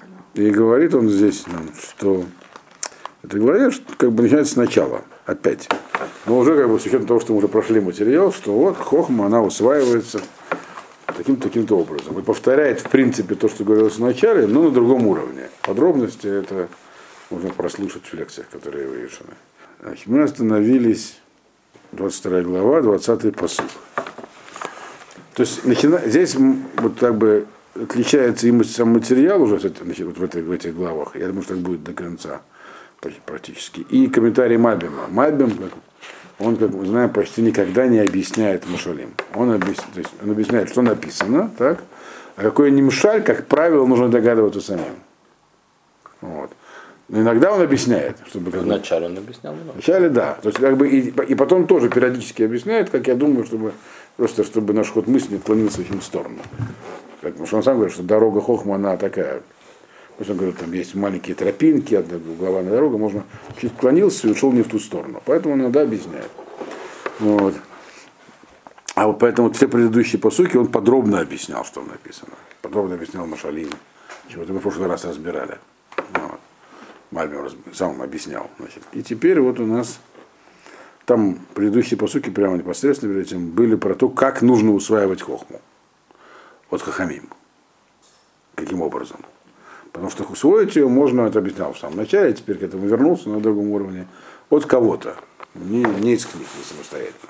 И говорит он здесь нам, что это главе как бы начинается сначала, опять. Но уже как бы с учетом того, что мы уже прошли материал, что вот хохма, она усваивается таким-то образом. И повторяет, в принципе, то, что говорилось в начале, но на другом уровне. Подробности это можно прослушать в лекциях, которые вырешены. Значит, мы остановились, 22 глава, 20-й пасук. То есть здесь вот как бы отличается и сам материал уже значит, в этих главах. Я думаю, что так будет до конца практически. И комментарий Мальбима. Мальбим, он, как мы знаем, почти никогда не объясняет Машалим. Он объясняет, что написано, так? А какой нимшаль, как правило, нужно догадываться самим. Вот. Но иногда он объясняет, чтобы... Вначале он объяснял много. Вначале, да. То есть, как бы, и потом тоже периодически объясняет, как я думаю, чтобы наш ход мысли не отклонился в их сторону. Потому что он сам говорит, что дорога Хохма, она такая. То есть он говорит, там есть маленькие тропинки, одна угловая дорога, можно чуть отклонился и ушел не в ту сторону. Поэтому он иногда объясняет. Вот. А вот поэтому все предыдущие посуки он подробно объяснял, что написано. Подробно объяснял Машалим. Чего-то мы в прошлый раз разбирали. Вот. Мальбим сам объяснял. Значит. И теперь вот у нас там предыдущие посуки прямо непосредственно перед этим были про то, как нужно усваивать хохму. От хахамим. Каким образом? Потому что усвоить ее можно, это объяснял в самом начале, теперь к этому вернулся на другом уровне, от кого-то, не из книг, не самостоятельно.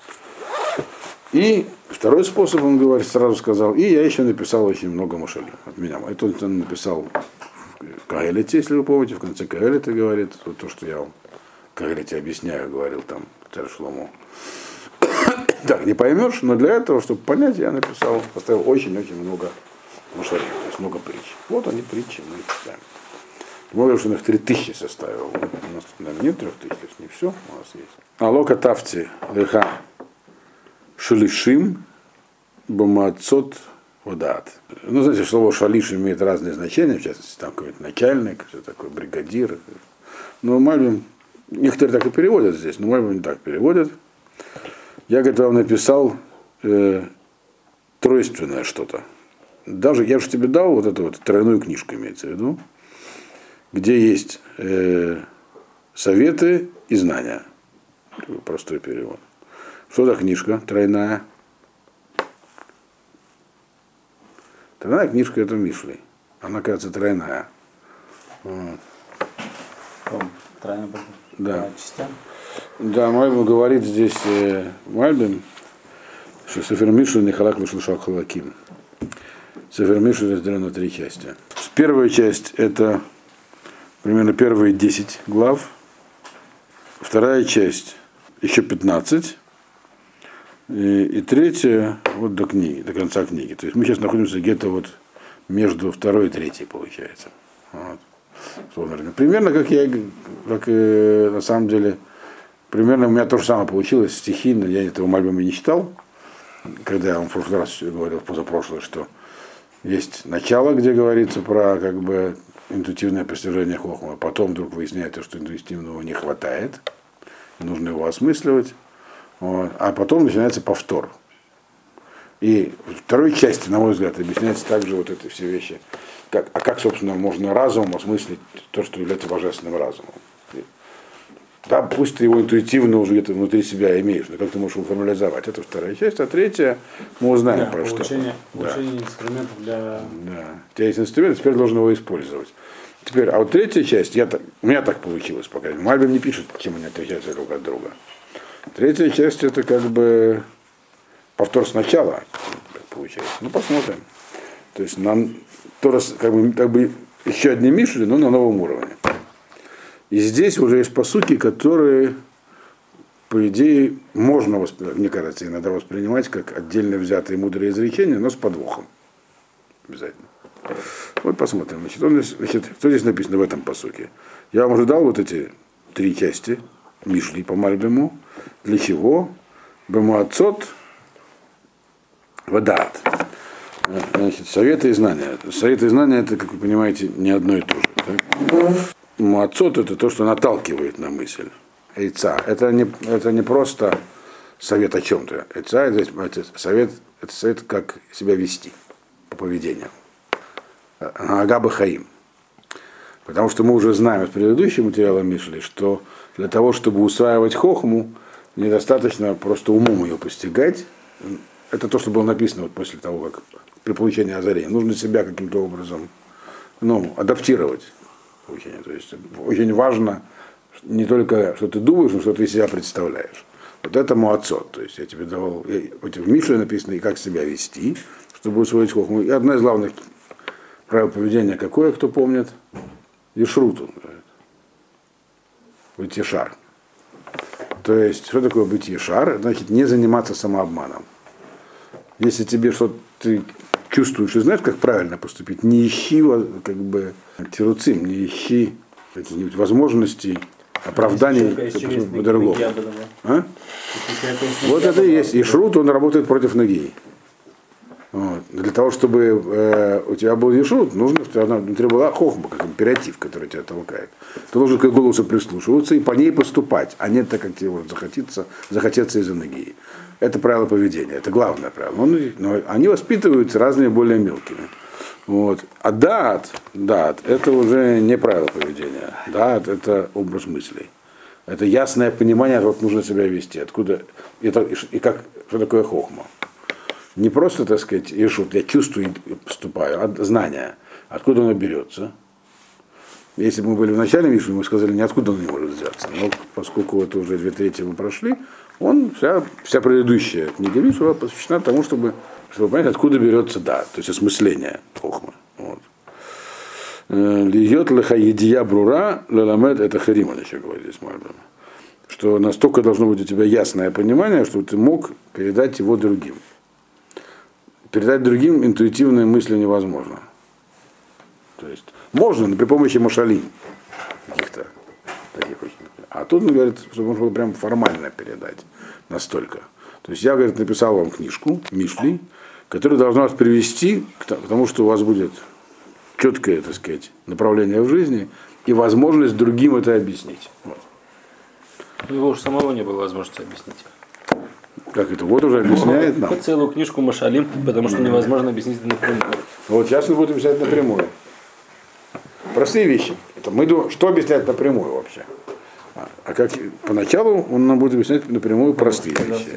И второй способ, он говорит, сразу сказал, и я еще написал очень много Машалим от меня. Это он написал в Каэлите, если вы помните, в конце Каэлита говорит, вот то, что я вам в Каэлите объясняю, говорил там царь Шломо. Так, не поймешь, но для этого, чтобы понять, я написал, поставил очень-очень много Машалим, то есть много притч. Вот они притчи, мы их читаем. Говорю, что он их 3000 составил. У нас, наверное, нет 3000, то есть не все у нас есть. Алока тавти леха шалишим бамацот водат. Ну, знаете, слово шалиш имеет разные значения, в частности, там какой-то начальник, все такое, бригадир. Но Мальбим, некоторые так и переводят здесь, но Мальбим не так переводят. Я, говорит, вам написал тройственное что-то. Даже я же тебе дал вот эту вот тройную книжку, имеется в виду, где есть советы и знания. Простой перевод. Что за книжка тройная? Тройная книжка это Мишли. Она, кажется, тройная. Вот. Тройная да. Частям? Да, Мальбим говорит здесь, Мальбим, что Сефер Мишли не халак лишл халаким. Сефер Мишли разделен на 3 части. Первая часть это примерно первые 10 глав. Вторая часть еще 15. И третья вот до книги, до конца книги. То есть мы сейчас находимся где-то вот между второй и третьей, получается. Вот. Примерно как на самом деле, примерно у меня то же самое получилось стихийно, я этого Мальбима не читал, когда я вам в прошлый раз говорил, позапрошлый, что есть начало, где говорится про как бы интуитивное постижение хохма, потом вдруг выясняется, что интуитивного не хватает, нужно его осмысливать, вот, а потом начинается повтор. И в второй части, на мой взгляд, объясняется также вот эти все вещи, как, собственно, можно разумом осмыслить то, что является божественным разумом. Да, пусть ты его интуитивно уже где-то внутри себя имеешь, но как ты можешь его формализовать. Это вторая часть, а третья мы узнаем про что. Получение инструментов для... Да. У тебя есть инструмент, теперь должен его использовать. Теперь, а вот третья часть, у меня так получилось, по крайней мере. Мальбим не пишет, чем они отличаются друг от друга. Третья часть это как бы повтор сначала, получается. Ну, посмотрим. То есть нам как бы еще одни Мишли, но на новом уровне. И здесь уже есть посуки, которые, по идее, можно, мне кажется, иногда воспринимать как отдельно взятые мудрые изречения, но с подвохом. Обязательно. Вот посмотрим. Значит, что здесь написано в этом посуке? Я вам уже дал вот эти 3 части Мишли по Мальбиму. Для чего? Бемуацот вадаат. Значит, советы и знания. Советы и знания это, как вы понимаете, не одно и то же. Так? Муацот это то, что наталкивает на мысль. Эйца. Это не просто совет о чем-то. Эйца это совет, как себя вести по поведению. Агаба Хаим. Потому что мы уже знаем из предыдущего материала Мишли, что для того, чтобы усваивать хохму, недостаточно просто умом ее постигать. Это то, что было написано вот после того, как при получении озарения. Нужно себя каким-то образом адаптировать к учению. То есть очень важно не только, что ты думаешь, но что ты из себя представляешь. Вот это муацот. То есть я тебе давал, в Мишле написано, и как себя вести, чтобы усвоить хохму. И одно из главных правил поведения какое, кто помнит? Ешрут, он говорит. Быть ешар. То есть, что такое быть ешар? Значит, не заниматься самообманом. Если тебе что-то ты чувствуешь и знаешь, как правильно поступить, не ищи как бы тируцим, не ищи каких-нибудь возможностей, оправданий по-другому. А? Вот это и есть. Ешрут, он работает против ноги. Вот. Для того, чтобы у тебя был ешрут, нужно, чтобы внутри была хохма, как императив, который тебя толкает. Ты должен к голосу прислушиваться и по ней поступать, а не так, как тебе вот захотеться из-за ноги. Это правило поведения, это главное правило. Но они воспитываются разными более мелкими. Вот. А даат, это уже не правило поведения. Даат — это образ мыслей. Это ясное понимание, как нужно себя вести. Откуда это, и как, что такое хохма. Не просто, так сказать, ешут, я чувствую и поступаю, а знание. Откуда оно берется? Если бы мы были в начале Мишли, мы сказали, ниоткуда оно не может взяться. Но поскольку это уже 2/3 мы прошли, вся предыдущая книга Мишли была посвящена тому, чтобы понять, откуда берется то есть осмысление хохмы. Вот. Льет леха едия брура леламед, это Хариман еще говорит здесь Мальбим. Что настолько должно быть у тебя ясное понимание, что ты мог передать его другим. Передать другим интуитивные мысли невозможно. То есть можно, но при помощи машалим каких-то таких. А тут, он говорит, что можно было прям формально передать настолько. То есть я, говорит, написал вам книжку Мишли, которая должна вас привести к тому, что у вас будет четкое, так сказать, направление в жизни и возможность другим это объяснить. Вот. У него уже самого не было возможности объяснить. Как это? Вот уже объясняет нам. Целую книжку Машалим, потому что невозможно объяснить это напрямую. Вот сейчас он будет объяснять напрямую. Простые вещи. Что объяснять напрямую вообще? А как поначалу он нам будет объяснять напрямую простые вещи.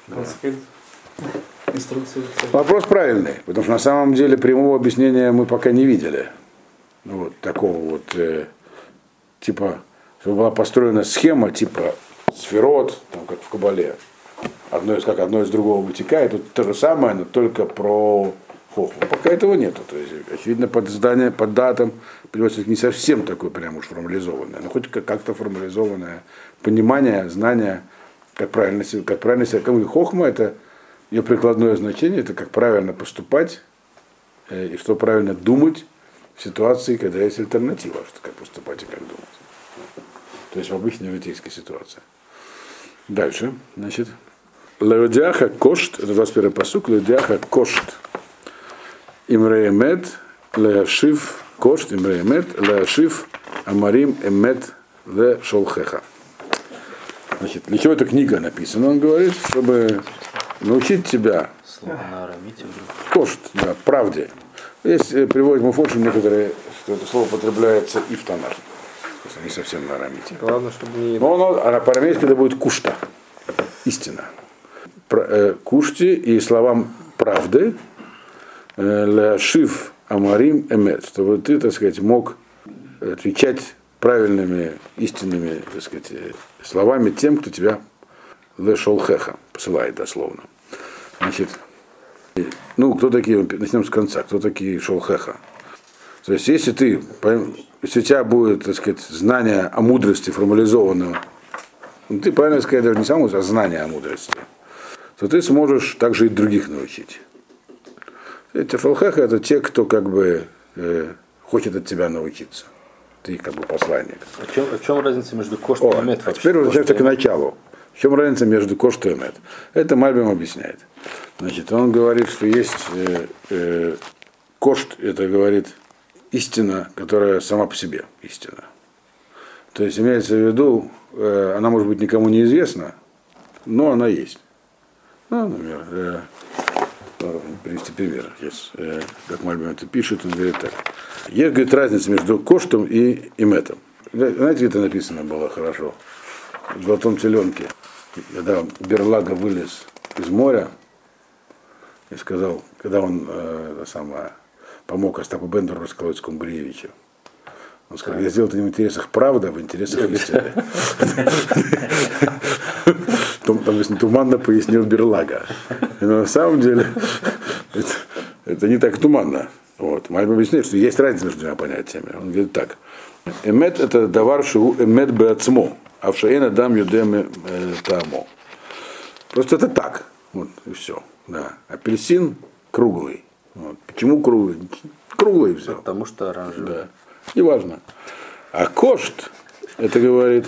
Вопрос правильный, потому что на самом деле прямого объяснения мы пока не видели. Вот такого вот, типа, чтобы была построена схема, типа сферот, там, как в Кабале. Одно из другого вытекает. Тут то же самое, но только про хохму. Пока этого нету. То есть, очевидно, под датом приводится не совсем такое прям уж формализованное, но хоть как-то формализованное понимание, знание, как правильно себя. Хохма — это ее прикладное значение, это как правильно поступать и что правильно думать в ситуации, когда есть альтернатива, что как поступать и как думать. То есть в обычной житейской ситуации. Дальше, значит. Леодиаха кошт, это 21-й пасук, Леодиаха кошт. Имреемет, леашив, кошт, имреемет, леашив, амарим, эмет, ле шолхеха. Значит, для чего эта книга написана, он говорит, чтобы научить тебя слово на арамите. Кошт, да, правде. Здесь приводит Муфоршим некоторые, что это слово употребляется и в Танахе. То есть не совсем на арамите. Главное, чтобы не... А по-арамейски это будет кушта. Истина. Кушти и словам правды ляшив амарим эмет, чтобы ты, так сказать, мог отвечать правильными, истинными, так сказать, словами тем, кто тебя лешолхеха посылает дословно. Значит, кто такие, начнем с конца, кто такие шолхеха? То есть, если у тебя будет, так сказать, знание о мудрости формализованное, ты правильно сказать, даже не само, а знание о мудрости, то ты сможешь также и других научить. Эти шолхеха — это те, кто как бы хочет от тебя научиться. Ты как бы посланник. В чем разница между кошт и эмет? А теперь возвращаемся к началу. В чем разница между кошт и эмет? Это Мальбим объясняет. Значит, он говорит, что есть кошт, это говорит истина, которая сама по себе истина. То есть имеется в виду, она может быть никому не известна, но она есть. Например, привести пример. Как Мальбим это пишет, он говорит так. Есть, говорит, разница между коштом и эметом. Знаете, где это написано было хорошо? В «Золотом теленке». Когда Берлага вылез из моря и сказал, когда он помог Остапу Бендеру расколоть Скумбриевича. Он сказал, я сделал это не в интересах правды, а в интересах истины. Там туманно пояснил Берлага. Но на самом деле это не так туманно. Мальбим объясняет, что есть разница между двумя понятиями. Он говорит так. Эмет это давар шигу эмет беацмо, а в шаэна дам юдем тамо. Просто это так. И все. Да. Апельсин круглый. Почему круглый? Круглый взял. Потому что оранжевый. Да. Неважно. А кошт, это говорит,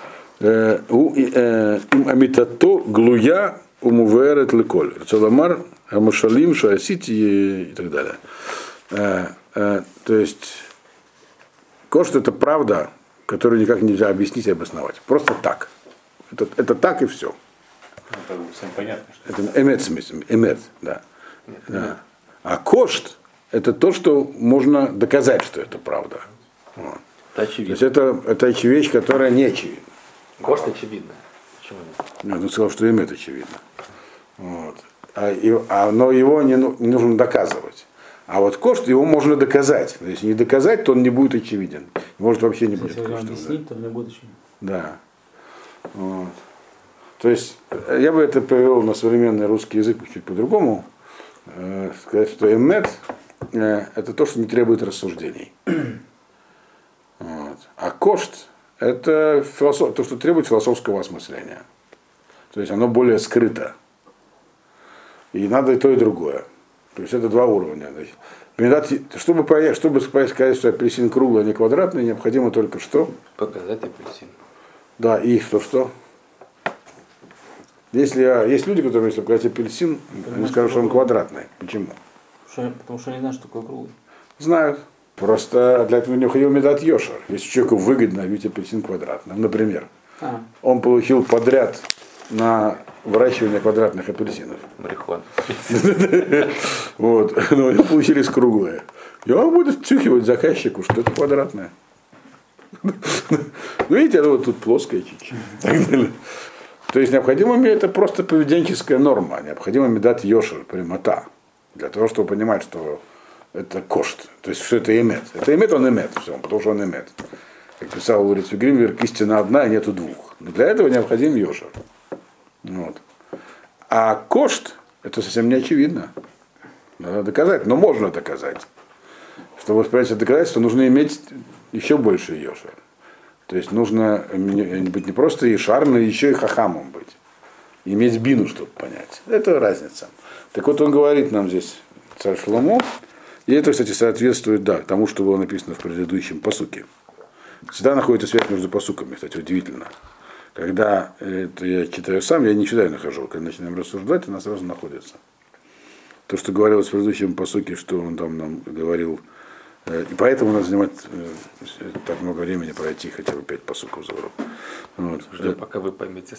им амитато глуя умуверет леколь. Цаламар, амашалим, шаасити и так далее. То есть, кошт это правда, которую никак нельзя объяснить и обосновать. Просто так. Это так и все. Это всем понятно. Что это эмет, в смысле, эмет, да. Нет, Да. А кошт это то, что можно доказать, что это правда. Это очевидно. То есть это вещь, которая не очевидна. Кошт очевидно. Почему нет? Он сказал, что эмет очевидно. Но его не нужно доказывать. А вот кошт его можно доказать. Но если не доказать, то он не будет очевиден. Может вообще не будет. Если его объяснить, то не будет очевиден. Да. То есть я бы это перевел на современный русский язык чуть по-другому. Сказать, что эмет это то, что не требует рассуждений. А кошт это то, что требует философского осмысления. То есть оно более скрыто. И надо и то, и другое. То есть это два уровня. Чтобы сказать, что апельсин круглый, а не квадратный, необходимо только что? Показать апельсин. Да, и что? Есть люди, которые, если показать апельсин, они скажут, что он квадратный. Почему? Потому что они знают, что такое круглый. Знают. Просто для этого необходимо медат йошер. Если человеку выгодно видеть апельсин квадратным, например, он получил подряд на выращивание квадратных апельсинов. Марихуана. Но у него получились круглые. И он будет втюхивать заказчику, что это квадратное. Видите, это вот тут плоское чуть-чуть. То есть необходимо, это просто поведенческая норма. Необходимо медат йошер, прямота. Для того, чтобы понимать, что это кошт. То есть, что это эмет. Это эмет, он эмет. Все, потому что он эмет. Как писал Лурицу Гримберг, истина одна, а нету двух. Но для этого необходим йошер. А кошт, это совсем не очевидно. Надо доказать, но можно доказать. Чтобы восприять это доказательство, нужно иметь еще больше йошер. То есть нужно быть не просто ешар, но еще и хахамом быть. Иметь бину, чтобы понять. Это разница. Так вот он говорит нам здесь, царь Шломо, и это, кстати, соответствует, тому, что было написано в предыдущем пасуке. Всегда находится связь между пасуками, кстати, удивительно. Когда это я читаю сам, я не всегда ее нахожу. Когда начинаем рассуждать, она сразу находится. То, что говорилось в предыдущем пасуке, что он там нам говорил, и поэтому надо занимать так много времени пройти хотя бы 5 пасуков за урок. Жду, пока вы поймете.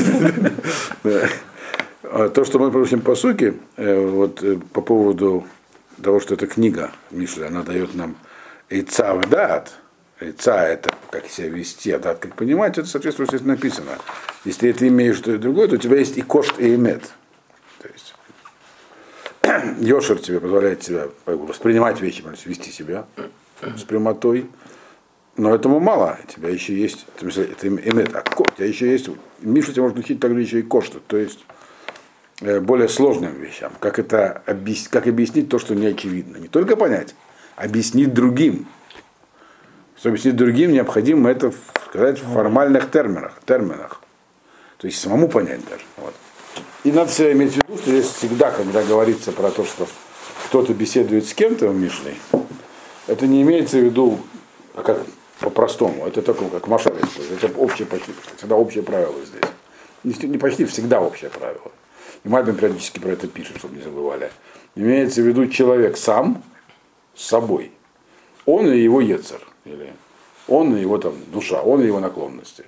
То, что мы в предыдущем пасуке, по поводу того, что эта книга Мишля, она дает нам эйца вдат. Эйца это как себя вести, а дат как понимать, это соответствует, что здесь написано. Если ты имеешь что-то другое, то у тебя есть и кошт, и эмет. То есть йошер тебе позволяет тебя воспринимать вещи, вести себя с прямотой. Но этому мало. У тебя еще есть, это эмет, а у тебя еще есть, Миша тебя может учить также еще и кошту, то есть более сложным вещам. Как объяснить то, что не очевидно. Не только понять, объяснить другим. Чтобы объяснить другим, необходимо это сказать в формальных терминах. То есть самому понять даже. И надо всегда иметь в виду, что здесь всегда, когда говорится про то, что кто-то беседует с кем-то в Мишле, это не имеется в виду как по-простому. Это такое, как Машар использует. Это общее, почти, всегда общее правило здесь. Не почти, всегда общее правило. И Мальбим периодически про это пишет, чтобы не забывали. Имеется в виду человек сам с собой. Он и его ецер. Или он и его душа, он и его наклонности.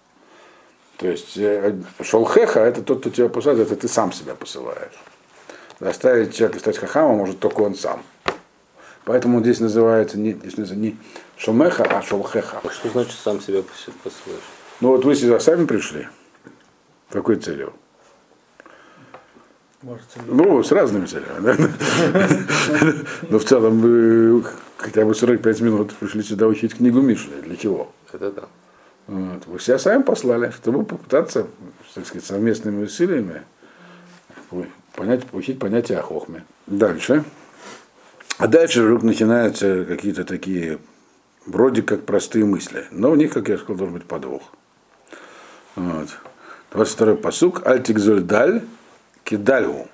То есть шолхеха это тот, кто тебя посылает, это ты сам себя посылаешь. Заставить человека стать хахамом может только он сам. Поэтому здесь называется не шомеха, а шолхеха. А что значит сам себя посылаешь? Ну вот вы сюда сами пришли. Какой целью? Ну, с разными целями. Да? Но в целом вы хотя бы 45 минут пришли сюда учить книгу Мишли. Для чего? Это да. Вот. Вы себя сами послали, чтобы попытаться, так сказать, совместными усилиями получить понятие о хохме. Дальше. А дальше вдруг начинаются какие-то такие, вроде как простые мысли. Но в них, как я сказал, должен быть подвох. Вот. 22-й пасук. Альтикзоль даль кидальгу.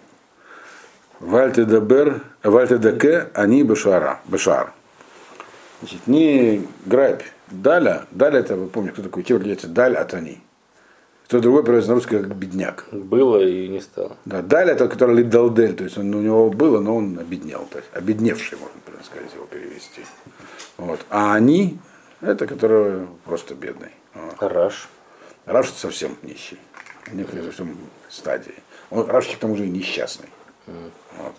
Вальтедаке они бешар. Значит, не грабь. Даля. Даль это, вы помните, кто такой? Чем является даль от они. Кто другой переводится на русский как бедняк. Было и не стало. Да, даль это который лидалдель, то есть у него было, но он обеднел. То есть обедневший, можно сказать, его перевести. Вот. А они, это который просто бедный. Вот. Раш. Раш это совсем нищий. У них это совсем стадии. Раш к тому же и несчастный. Вот.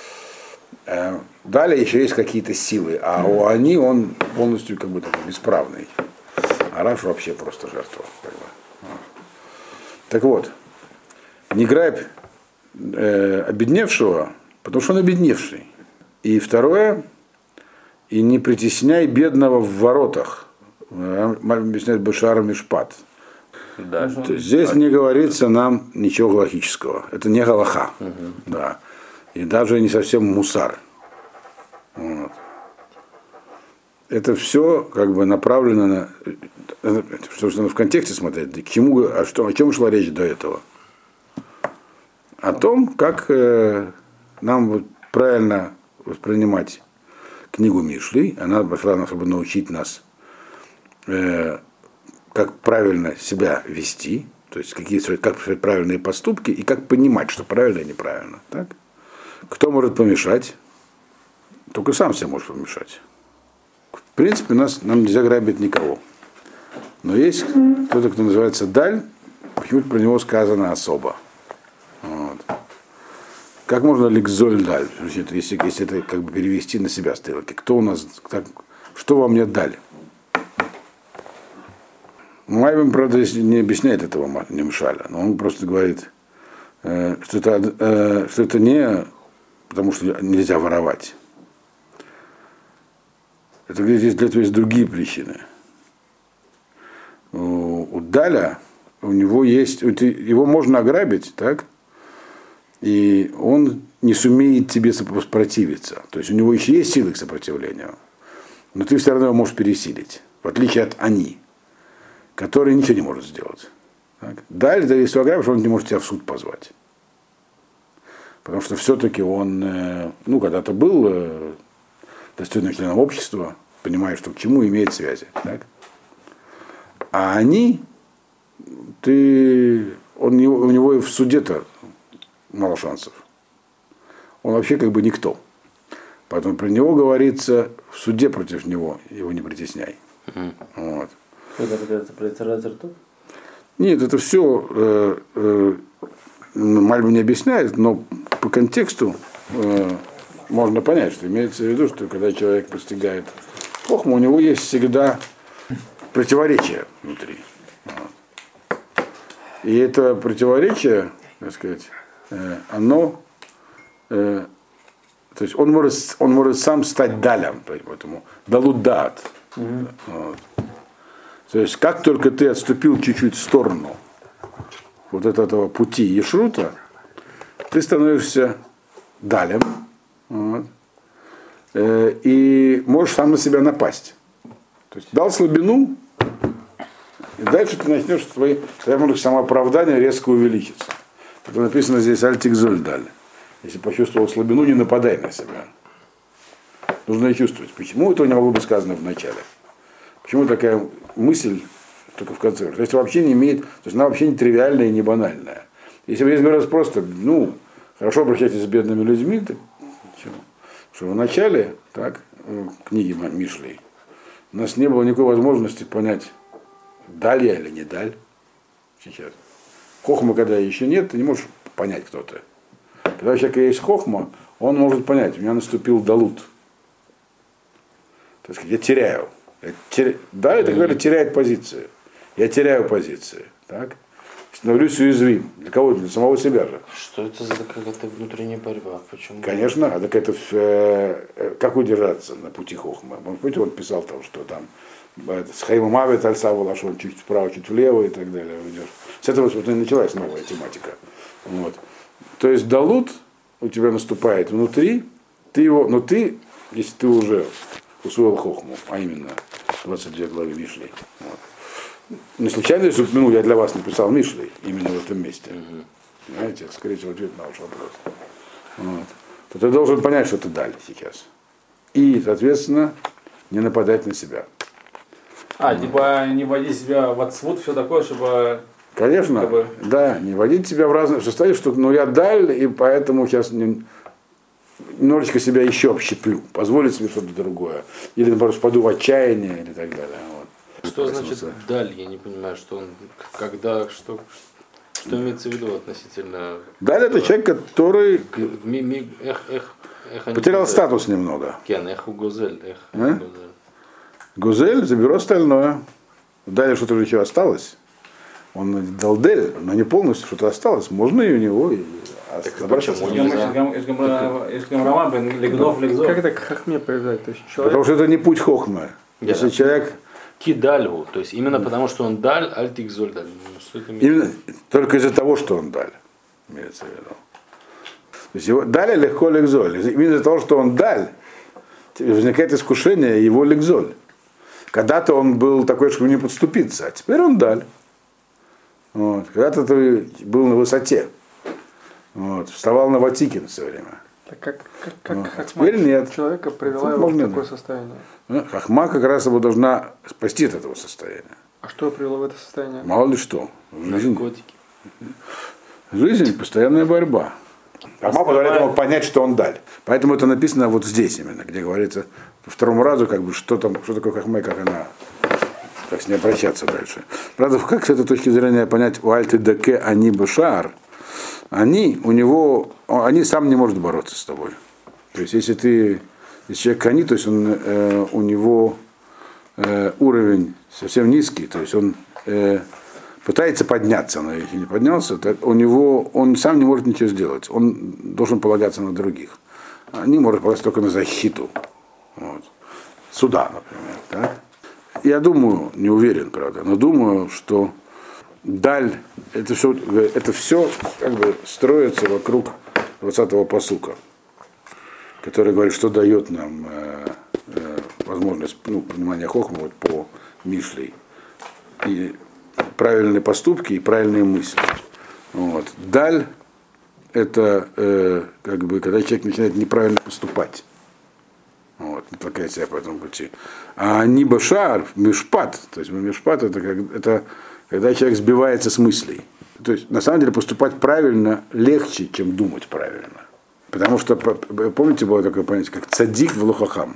Далее еще есть какие-то силы, а у они он полностью как бы такой бесправный. А Раш вообще просто жертва. Как бы. Так вот, не грабь обедневшего, потому что он обедневший. И второе, и не притесняй бедного в воротах. Объясняет Бешар Мишпат. Да. То есть здесь не говорится нам ничего галахического. Это не галаха. Да. И даже не совсем мусар. Вот. Это все как бы направлено на, что в контексте смотреть, к чему, о чем шла речь до этого. О том, как нам вот правильно воспринимать книгу Мишли. Она пошла нам, чтобы научить нас, как правильно себя вести, то есть как правильные поступки и как понимать, что правильно и неправильно. Так? Кто может помешать? Только сам себе может помешать. В принципе, нам нельзя грабить никого. Но есть кто-то, кто называется Даль, почему-то про него сказано особо. Вот. Как можно ликзоль Даль, если это как бы перевести на себя стрелки? Кто у нас, что во мне Даль? Майбам, правда, не объясняет этого Немшаля, но он просто говорит, что это не потому, что нельзя воровать. Это для этого есть другие причины. У Даля, у него есть, его можно ограбить, так? И он не сумеет тебе воспротивиться. То есть у него еще есть силы к сопротивлению, но ты все равно его можешь пересилить, в отличие от они, который ничего не может сделать. Так? Даль, да, если ограбишь, он не может тебя в суд позвать. Потому что все-таки он, когда-то был достойным членом общества, понимаешь, что к чему имеет связи. Так? А они, у него и в суде-то мало шансов. Он вообще как бы никто. Поэтому про него говорится, в суде против него его не притесняй. Вот. Это про Ицарат-Ртов? Нет, это все Мальбим не объясняет, но по контексту можно понять, что имеется в виду, что когда человек постигает хохму, у него есть всегда противоречие внутри. Вот. И это противоречие, так сказать, оно, то есть он может сам стать далем, поэтому далудат. Вот. То есть как только ты отступил чуть-чуть в сторону вот от этого пути Ешрута, ты становишься далем, вот, и можешь сам на себя напасть. То есть дал слабину, и дальше ты начнешь тогда может самооправдание резко увеличиться. Это написано здесь альтикзоль даль. Если почувствовал слабину, не нападай на себя. Нужно и чувствовать. Почему этого не могло быть сказано в начале? Почему такая мысль только в конце? То есть вообще не имеет, то есть она вообще не тривиальная и не банальная. Если бы здесь говорилось просто, хорошо обращайтесь с бедными людьми, так, что в начале, так, книги Мишли, у нас не было никакой возможности понять, даль я или не даль сейчас. Хохма, когда еще нет, ты не можешь понять, кто ты. Когда у человека есть хохма, он может понять, у меня наступил далут. То есть я теряю. Да, это говорит, теряет позицию. Я теряю позиции. Так? Становлюсь уязвим. Для кого? Для самого себя же. Что это за какая-то внутренняя борьба? Почему? Конечно, так это как удержаться на пути хохма. Помните, он писал там, что там с Хаимом Авет Альсаву он чуть вправо, чуть влево и так далее. С этого и началась новая тематика. Вот. То есть далут у тебя наступает внутри, ты его, но ты, если ты уже усвоил хохму, а именно 22 главы Мишлей. Вот. Не случайно, если я для вас написал Мишлей именно в этом месте. Понимаете, это, скорее всего, ответ на ваш вопрос. Вот. То ты должен понять, что ты даль сейчас. И, соответственно, не нападать на себя. Типа не вводить себя в отсвут, все такое, чтобы... Конечно, да, не вводить себя в разные состояния, что я даль, и поэтому сейчас немножечко себя еще общеплю, позволить себе что-то другое. Или, наоборот, впаду в отчаяние, или так далее. Вот. Что значит даль? Я не понимаю, что он, когда, что имеется в виду относительно... Даль это человек, который потерял статус немного. Гузель. Гузель заберу остальное. Далее что-то уже еще осталось. Он далдель, но не полностью что-то осталось. Можно и у него забрать. Как это к хахме привязать? Потому что это не путь хохмы. Если человек... Кидальгу, то есть именно потому, что он даль, альтикзоль даль. Именно только из-за того, что он даль. Имеется в виду. То есть его даль легко легзоль. Именно из-за того, что он даль, возникает искушение его легзоль. Когда-то он был такой, чтобы не подступиться, а теперь он даль. Вот. Когда-то ты был на высоте. Вот. Вставал на Ватикин все время. Как теперь нет. Человека привела его в такое состояние. Хахма как раз его должна спасти от этого состояния. А что привело в это состояние? Мало ли что. Жизнь постоянная борьба. Хахма позволяет ему понять, что он даль. Поэтому это написано вот здесь именно, где говорится по второму разу, что такое хахма и как с ней обращаться дальше. Правда, как с этой точки зрения понять у Альты Даке они башар, они сам не может бороться с тобой. То есть если человек они, то есть у него уровень совсем низкий, то есть он пытается подняться, но если не поднялся, то он сам не может ничего сделать. Он должен полагаться на других. Они могут полагаться только на защиту. Вот. Суда, например. Так? Я думаю, не уверен, правда, но думаю, что даль, это все как бы строится вокруг 20-го пасука, который говорит, что дает нам возможность понимания хохма вот по Мишлей. И правильные поступки и правильные мысли. Вот. Даль это когда человек начинает неправильно поступать. Вот, толкает себя по этому пути. А нибашар, мишпат, то есть мишпат это когда человек сбивается с мыслей. То есть на самом деле поступать правильно легче, чем думать правильно. Потому что, помните, было такое понятие, как цадик в лохахам.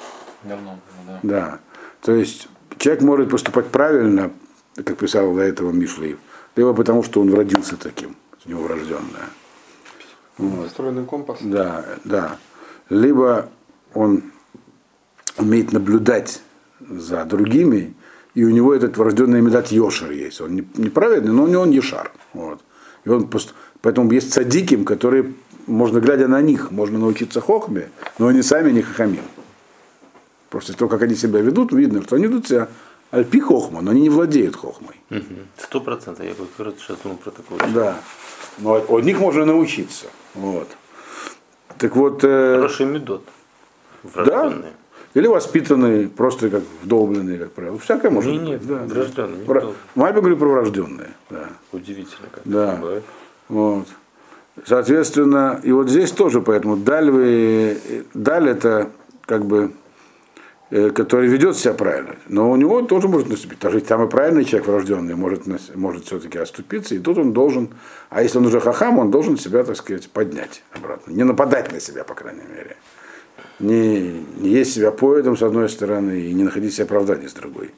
Да. То есть человек может поступать правильно, как писал до этого Мишлей, либо потому, что он родился таким, у него врожденное. Встроенный компас. Да. Либо он умеет наблюдать за другими, и у него этот врожденный медат Йошер есть. Он неправедный, но у него он Ешар. Вот. И поэтому есть цадиким, которые, можно глядя на них, можно научиться хохме, но они сами не хахамим. Просто то, как они себя ведут, видно, что они ведут себя альпи хохма, но они не владеют хохмой. 100%. Я как раз сейчас думал про такое. Да. Но от них можно научиться. Вот. Так вот. Хороший медот. Да. Или воспитанные, просто как вдолбленные, как правило. Всякое может быть. Нет, да. врожденные. Мальба говорит про врожденные. Да. Удивительно, как да. это бывает. Вот. Соответственно, и вот здесь тоже, поэтому даль это как бы, который ведет себя правильно, но у него тоже может наступить. Даже самый правильный человек врожденный может все-таки оступиться, и тут он должен, а если он уже хахам, он должен себя, так сказать, поднять обратно. Не нападать на себя, по крайней мере. Не есть себя поедом с одной стороны и не находить себе оправдания с другой.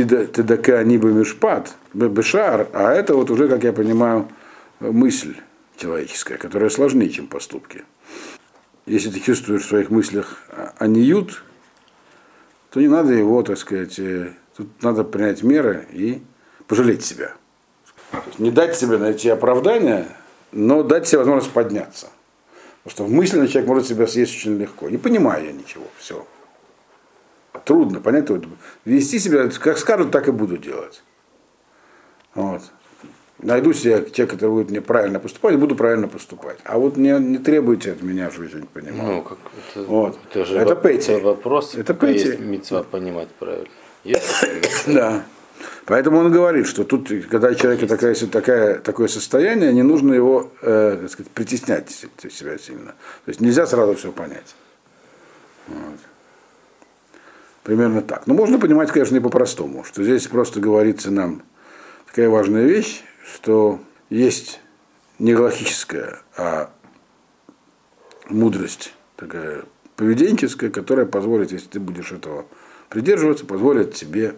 Аль-Тидака Ниба Мишпат, Бешар, а это вот уже, как я понимаю, мысль. человеческое, которое сложнее, чем поступки. Если ты чувствуешь в своих мыслях аниют, то не надо его, так сказать, тут надо принять меры и пожалеть себя. Не дать себе найти оправдание, но дать себе возможность подняться. Потому что в мысленно человек может себя съесть очень легко, не понимая ничего, все. Трудно понять, вести себя, как скажут, так и буду делать. Вот. Найду себе те, которые будут мне правильно поступать, и буду правильно поступать. А вот не требуйте от меня, что я не понимаю. Ну, как это, вот. это Петти. Вопрос, это есть Петти. мицва понимать правильно. Есть да. Поэтому он говорит, что тут, когда у человека такое состояние, не нужно его, так сказать, притеснять себя сильно. То есть нельзя сразу все понять. Вот. Примерно так. Но можно понимать, конечно, и по-простому, что здесь просто говорится нам такая важная вещь, что есть не галахическая, а мудрость такая поведенческая, которая позволит, если ты будешь этого придерживаться, позволит тебе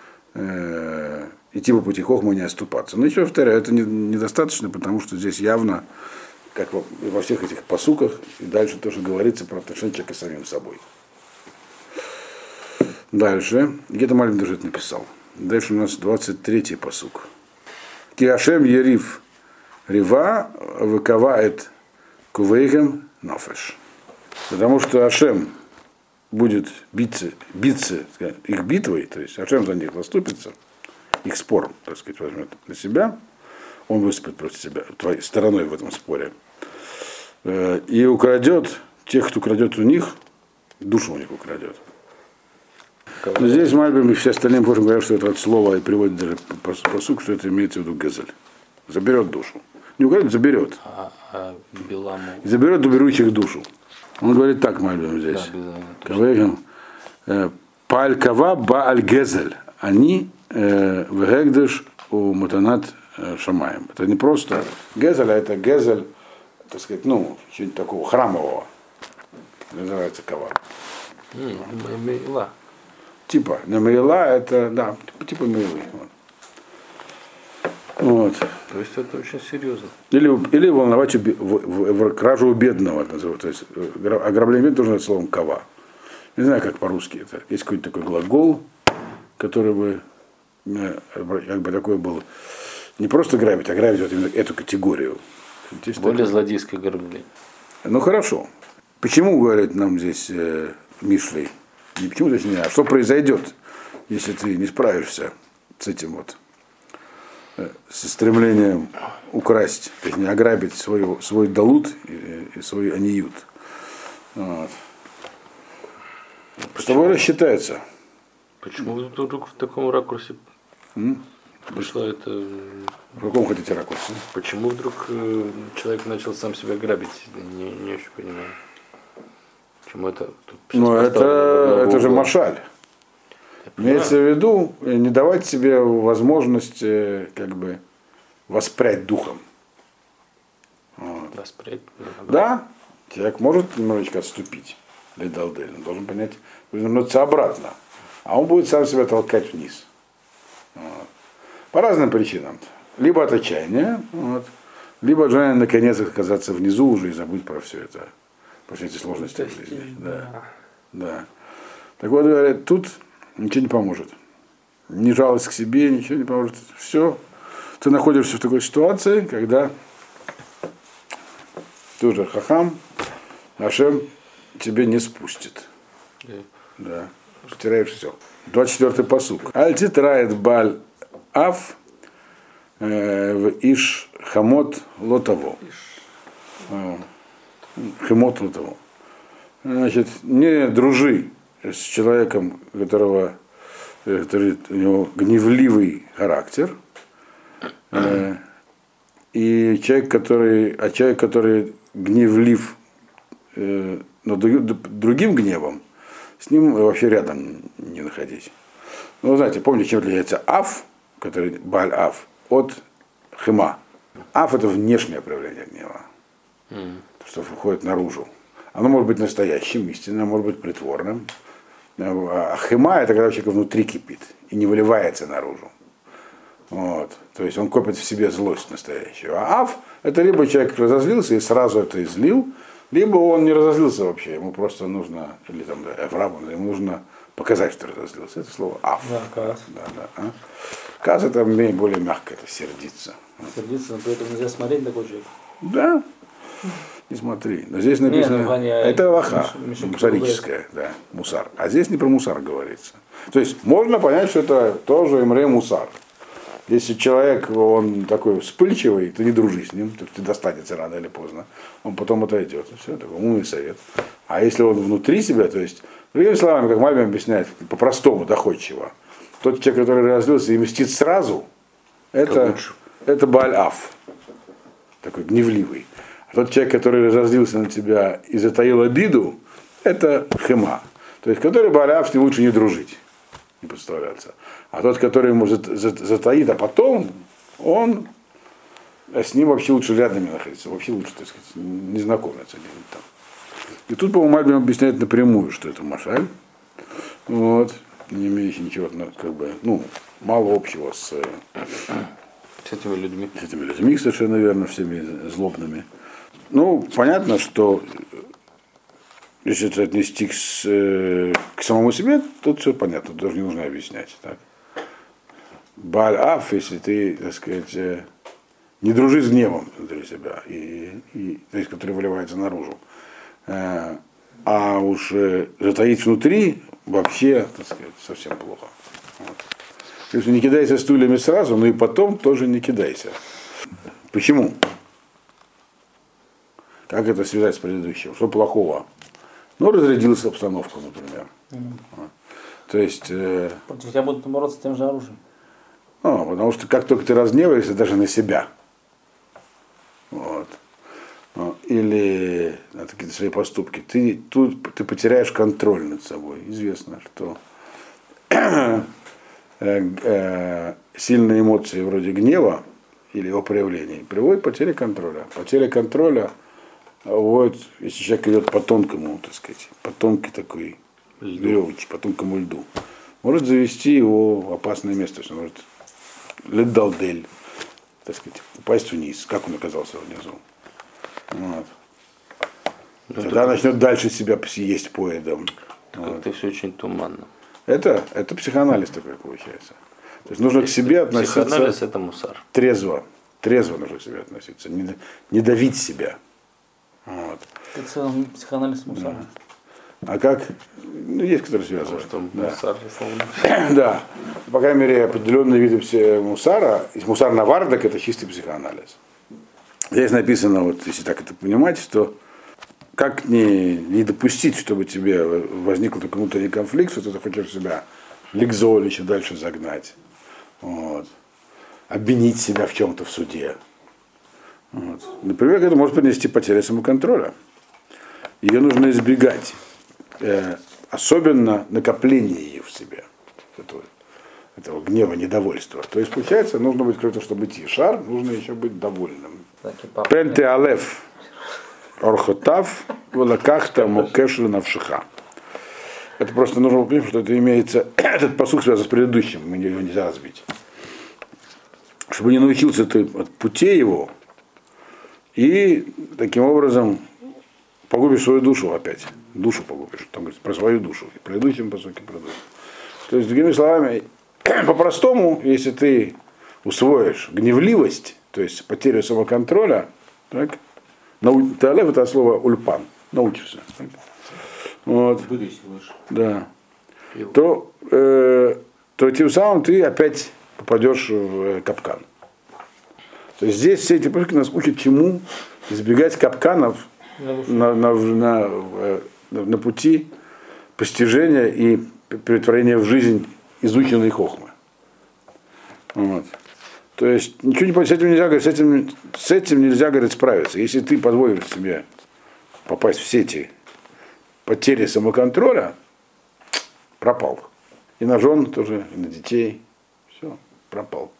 идти по пути хохма и не оступаться. Но еще повторяю, это недостаточно, потому что здесь явно, как во всех этих пасуках, и дальше тоже говорится про отношение человека с самим собой. Дальше, где-то Мальбим даже это написал. Дальше у нас 23-й пасук. Киашем Ерив Рива выковает кувейгем нафеш. Потому что Ашем будет биться их битвой, то есть Ашем за них заступится, их спор, так сказать, возьмет на себя, он выступит против себя, твоей стороной в этом споре, и украдет тех, кто крадет у них, душу у них украдет. Но здесь Мальбим и все остальные позже говорят, что это от слова и приводит даже посук, что это имеется в виду Гезель. Заберет душу. Не украдет, заберет. Биламу. И заберет у берущих душу. Он говорит так, Мальбим здесь. Палькава Бааль Гезель. Они вегегдыш у Матанат Шамаем. Это не просто Гезель, а это Гезель, так сказать, чего-нибудь такого храмового. Называется кава. Мейла. Типа, намерила это, да, типа мейлы. Вот. То есть это очень серьезно. Или волновать кражу у бедного. То есть ограбление бедного нужно словом кава. Не знаю, как по-русски это. Есть какой-то такой глагол, который бы как бы такой был не просто грабить, а грабить вот именно эту категорию. Здесь более злодейское ограбление. Ну хорошо. Почему говорит нам здесь Мишлей? Не почему здесь не, а что произойдет, если ты не справишься с этим вот, со стремлением украсть, то есть не ограбить свой далут и свой аниют. Вот. С тобой рассчитается. Почему вдруг в таком ракурсе пришло это? В каком хотите ракурсе? Почему вдруг человек начал сам себя грабить? Не очень понимаю. Почему это? Ну это же машаль. Имеется в виду не давать себе возможность как бы воспрять духом. Вот. Воспрять? Да, человек может немножечко отступить. Ледалдель. Он должен понять, вернуться обратно. А он будет сам себя толкать вниз. Вот. По разным причинам. Либо от отчаяния, вот, либо от желания наконец оказаться внизу уже и забыть про все это. Про все эти сложности в жизни. Да. Так вот, говорят, тут ничего не поможет. Ни жалость к себе, ничего не поможет. Все. Ты находишься в такой ситуации, когда ты уже хахам, Ашем тебе не спустит. Да. Теряешь все. 24-й пасук. Альтит рает баль аф в иш хамот лотово. Хамот лотово. Значит, не дружи с человеком, который у него гневливый характер, и человек, который гневлив, но другим гневом, с ним вообще рядом не находись. Ну, знаете, помните, чем отличается аф, который баль аф, от хема. Аф это внешнее проявление гнева, что выходит наружу. Оно может быть настоящим, истинным, может быть притворным. А хема это когда человек внутри кипит и не выливается наружу. Вот. То есть он копит в себе злость настоящую. А Ав это либо человек разозлился и сразу это излил, либо он не разозлился вообще, ему просто нужно, или там Эврам, ему нужно показать, что разозлился. Это слово Ав. Да, каас. Да. Каз это более мягко, это сердиться. Сердиться, но при этом нельзя смотреть на такой человек. Да. Не смотри. Но здесь написано, это лоха, мусарическая, да, мусар. А здесь не про мусар говорится. То есть можно понять, что это тоже имре мусар. Если человек, он такой вспыльчивый, ты не дружи с ним, тебе достанется рано или поздно. Он потом отойдет. Все, такой умный совет. А если он внутри себя, то есть, другими словами, как Мальбим объясняет, по-простому, доходчиво, тот человек, который разозлился и мстит сразу, это Бааль-Аф, такой гневливый. А тот человек, который разозлился на тебя и затаил обиду, это Хема. То есть, который Бааль-Аф, с ним лучше не дружить, не подставляться. А тот, который ему затаит, а потом он, с ним вообще лучше рядом не находиться, вообще лучше, так сказать, не знакомиться где-нибудь там. И тут, по-моему, Мальбим объясняет напрямую, что это Машаль, вот, не имеющий ничего, как бы, мало общего с этими людьми. С этими людьми, совершенно верно, всеми злобными. Понятно, что если это отнести к самому себе, тут все понятно, даже не нужно объяснять. Так? Бааль-Аф, если ты, так сказать, не дружи с гневом внутри себя, то есть, который выливается наружу, а уж затаить внутри вообще, так сказать, совсем плохо. Вот. То есть не кидайся стульями сразу, но и потом тоже не кидайся. Почему? Как это связать с предыдущим? Что плохого? Разрядилась обстановка, например. То есть... Против тебя будут бороться тем же оружием. Потому что как только ты разгневаешься даже на себя, вот, или на какие-то свои поступки, ты потеряешь контроль над собой. Известно, что сильные эмоции вроде гнева или его проявления приводят к потере контроля. Потеря контроля уводит, если человек идет по тонкому, так сказать, по тонкой такой веревочке, по тонкому льду, может завести его в опасное место, что может ледалдель, так сказать, упасть вниз, как он оказался внизу. Вот. Тогда начнет дальше себя съесть поедом. Как-то все очень туманно. Это психоанализ такой получается. То есть нужно к себе относиться. Психоанализ это мусар. Трезво. Трезво нужно к себе относиться. Не давить себя. Вот. Это психоанализ мусара. Да. А как? Есть, которые связаны. Мусар, да. По крайней мере, определенные виды мусара. Мусар навардак это чистый психоанализ. Здесь написано, вот, если так это понимать, что как не допустить, чтобы тебе возникл такой внутренний конфликт, что ты хочешь себя ликзоль еще дальше загнать. Вот. Обвинить себя в чем-то в суде. Вот. Например, это может принести потерю самоконтроля. Ее нужно избегать. Особенно накопление ее в себе. Этого гнева, недовольства. То есть, получается, нужно быть, круто, чтобы идти шар, нужно еще быть довольным. Пенте алеф орхотав волакахта мокешлю навшиха. Это просто нужно понять, что это имеется, этот посуд связан с предыдущим, его нельзя разбить. Чтобы не научился ты от путей его, и таким образом погубишь свою душу опять. Душу погубишь. Там говорится про свою душу. И в предыдущем посуке про душу. То есть, другими словами, по-простому, если ты усвоишь гневливость, то есть потерю самоконтроля, так, талев это слово ульпан, научишься. Так, вот, да, то тем самым ты опять попадешь в капкан. То есть здесь все эти практики нас учат чему? Избегать капканов на пути постижения и претворения в жизнь изученной хохмы. Вот. То есть ничего с этим нельзя говорить, с этим нельзя, говорить, справиться. Если ты позволишь себе попасть в сети потери самоконтроля, пропал. И на жен тоже, и на детей. Все, пропал.